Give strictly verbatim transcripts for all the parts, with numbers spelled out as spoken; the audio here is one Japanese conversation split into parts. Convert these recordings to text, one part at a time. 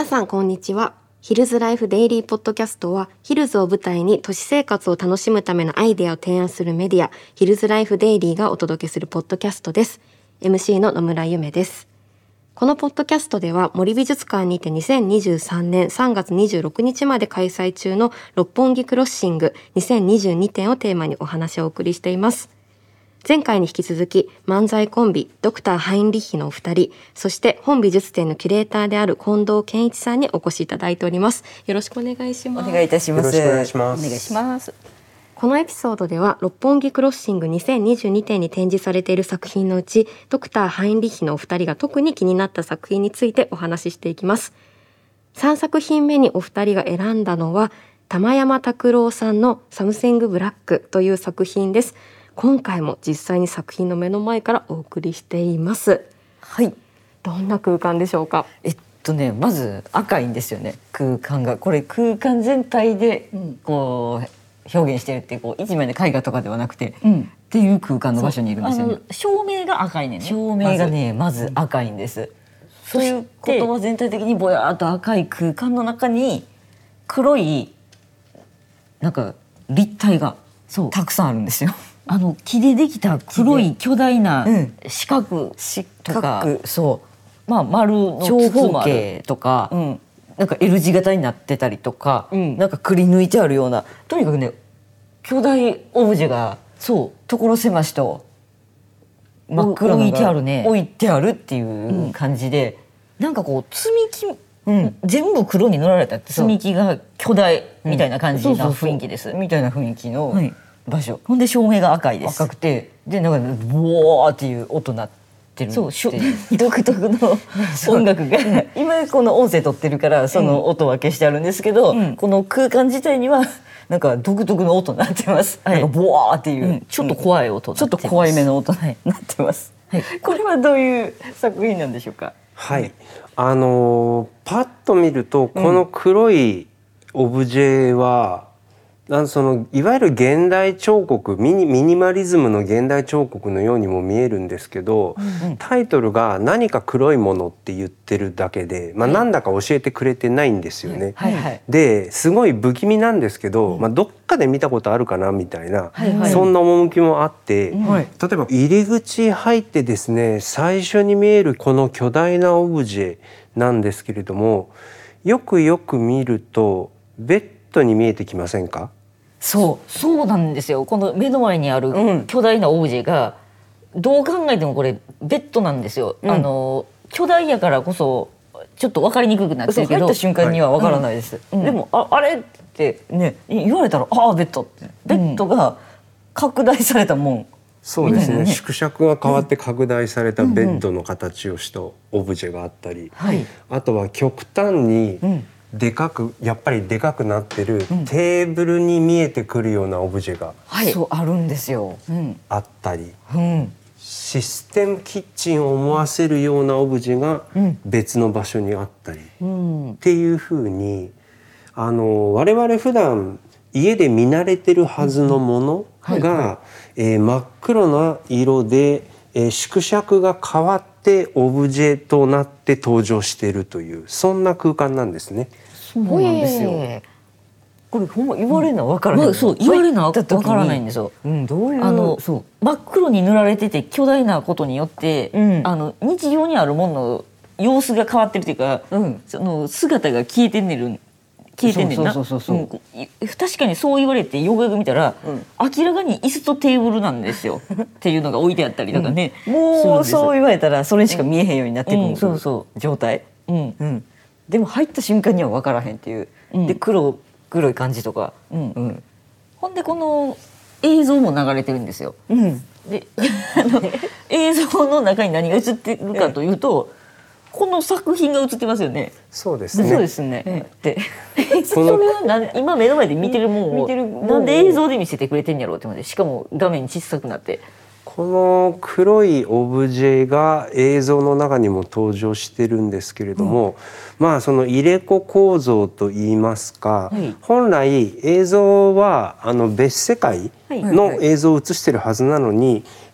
さんこんにちは。ヒルズライフデイリーポッドキャストはヒルズを舞台に都市生活を楽しむためのアイデアを提案するメディアヒルズライフデイリーがお届けするポッドキャストです。 エムシー の野村ゆめです。このポッドキャストでは森美術館にてにせんにじゅうさんねんさんがつにじゅうろくにちまで開催中の六本木クロッシングにせんにじゅうにてんをテーマにお話をお送りしています。前回に引き続き漫才コンビドクターハインリッヒのお二人、そして本美術展のキュレーターである近藤健一さんにお越しいただいております。よろしくお願いします。 お願いいたします。 よろしくお願いします。 お願いします。 このエピソードでは六本木クロッシングにせんにじゅうにてんに展示されている作品のうちドクターハインリッヒのお二人が特に気になった作品についてお話ししていきます。さんさく品目にお二人が選んだのは玉山拓郎さんのサムシングブラックという作品です。今回も実際に作品の目の前からお送りしています。 はい。 どんな空間でしょうか。 えっとね、まず赤いんですよね。空間がこれ空間全体でこう表現してるっていう、こう一枚の絵画とかではなくて、うん、っていう空間の場所にいるんですよね。 照明が赤いねんね。 照明がねまず赤いんです。そういうことは全体的にぼやっと赤い空間の中に黒いなんか立体がそうたくさんあるんですよ。あの木でできた黒い巨大な四角とか、うん、そうまあ丸の長方形とか、うん、なんか L 字型になってたりとか、うん、なんかくり抜いてあるような、とにかくね巨大オブジェがそう所狭しと真っ黒なのが置いてあるね置いてあるっていう感じで、うん、なんかこう積み木、うん、全部黒に塗られた積み木が巨大みたいな感じな雰囲気です。みたいな雰囲気の、はい場所。ほんで照明が赤いです。赤くてでなんかボーっていう音鳴ってる。そう独特の音楽が今この音声撮ってるからその音は消してあるんですけど、うん、この空間自体にはなんか独特の音鳴ってます、はい、なんかボーっていう、うん、ちょっと怖い音、ちょっと怖いめの音鳴ってます、はい、これはどういう作品なんでしょうか。 はい、あのー、パッと見るとこの黒いオブジェは、うん、そのいわゆる現代彫刻ミニ、ミニマリズムの現代彫刻のようにも見えるんですけど、うんうん、タイトルが何か黒いものって言ってるだけで、まあ、なんだか教えてくれてないんですよね、はいはい、ですごい不気味なんですけど、うんまあ、どっかで見たことあるかなみたいな、はいはい、そんな趣もあって、はい、例えば入り口入ってですね最初に見えるこの巨大なオブジェなんですけれども、よくよく見るとベッドに見えてきませんか。 そうそうなんですよ。この目の前にある巨大なオブジェが、うん、どう考えてもこれベッドなんですよ、うん、あの巨大やからこそちょっと分かりにくくなってるけど、入った瞬間には分からないです、はいうん、でも あ, あれってね言われたらああベッドってベッドが拡大されたもん、うん、 そうですね、縮尺が変わって拡大されたベッドの形をしたオブジェがあったり、うんうん、あとは極端に、うんでかくやっぱりでかくなってる、うん、テーブルに見えてくるようなオブジェが、 はい、そうあるんですよ、うん、 あったり、うん、システムキッチンを思わせるようなオブジェが別の場所にあったり、うん、っていうふうにあの我々普段家で見慣れてるはずのものが、うんはいはいえー、真っ黒な色で、えー、縮尺が変わってオブジェとなって登場しているというそんな空間なんですね。 そうなんですよ。これほんま言われな分からない、うん、そう言われな分からないんですよ、うん、どういうあのそう真っ黒に塗られてて巨大なことによって、うん、あの日常にあるものの様子が変わってるというか、うん、その姿が消えてんねる消えてんねんな。そうそうそうそう、うん、確かにそう言われてよくよく見たら、うん、明らかに椅子とテーブルなんですよっていうのが置いてあったりとかね、うん、もうそう言われたらそれしか見えへんようになってくる、うん、そうそう状態、うんうん、でも入った瞬間には分からへんっていう、うん、で 黒, 黒い感じとか、うんうん、ほんでこの映像も流れてるんですよ、うん、であの映像の中に何が映ってるかというと、この作品が映ってますよね。 そうですね。 そうですね。ええ、でそれはな今目の前で見てるもんをなんで映像で見せてくれてんやろうって思って、しかも画面小さくなって。 この黒いオブジェが映像の中にも登場してるんですけれども、うん、まあその入れ子構造といいますか、はい、本来映像はあの別世界の映像を映してるはずなのに、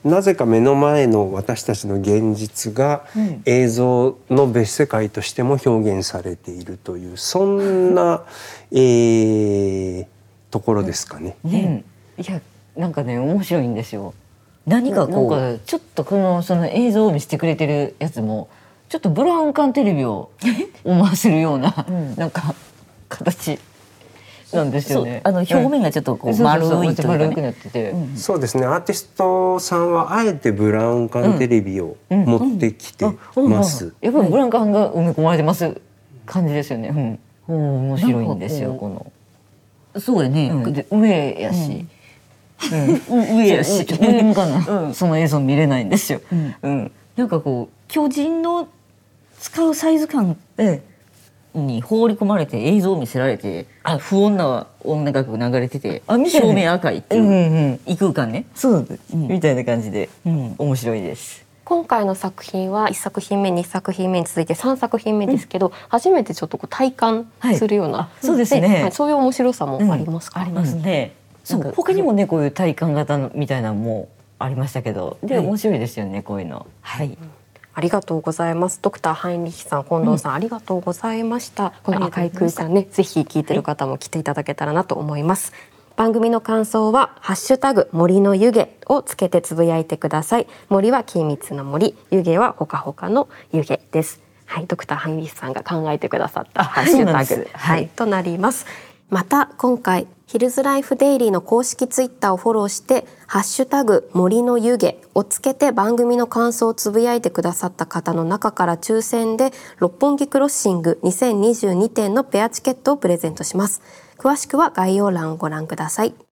なぜか目の前の私たちの現実が映像の別世界としても表現されているという、そんな、えー、ところですかね。 ね、いやなんかね面白いんですよ。何かこうなんかちょっとこのその映像を見せてくれてるやつもちょっとブラウン管テレビを思わせるような、うん、なんか形なんですよね。 あの表面がちょっとこう丸いというかね、 丸くなってて、 うん、そうですね。アーティストさんはあえてブラウン管テレビを持ってきてます。 やっぱりブラウン管が埋め込まれてます感じですよね。うん、面白いんですよこの。 そうやね。 うん、で上やし、 うん、上やし、 上かな、うん、その映像見れないんですよ。うんうん、なんかこう巨人の使うサイズ感に放り込まれて映像を見せられて、あ不穏な音楽が流れてて、あ照明赤いっていう、うんうん、異空間ね、 そう、うん、みたいな感じで、うん、面白いです。 今回の作品はいっさく品目にさく品目に続いてさんさく品目ですけど、うん、初めてちょっとこう体感するような、 はい、そうですね、 はい、そういう面白さもありますか？ うん、ありますね。そう他にもねこういう体感型みたいなのもありましたけど、で、はい、面白いですよねこういうの。はい、うん、 ありがとうございます。ドクターハインリヒさん、近藤さん、うん、ありがとうございました。この赤い空間ね、ぜひ聞いてる方も来ていただけたらなと思います。はい、番組の感想はハッシュタグ森の湯気をつけてつぶやいてください。森は緊密な森、湯気はほかほかの湯気です。はい、ドクターハインリヒさんが考えてくださったハッシュタグ、はい、となります。また今回ヒルズライフデイリーの公式ツイッターをフォローしてハッシュタグ森の湯気をつけて番組の感想をつぶやいてくださった方の中から抽選で六本木クロッシングにせんにじゅうに展のペアチケットをプレゼントします。詳しくは概要欄をご覧ください。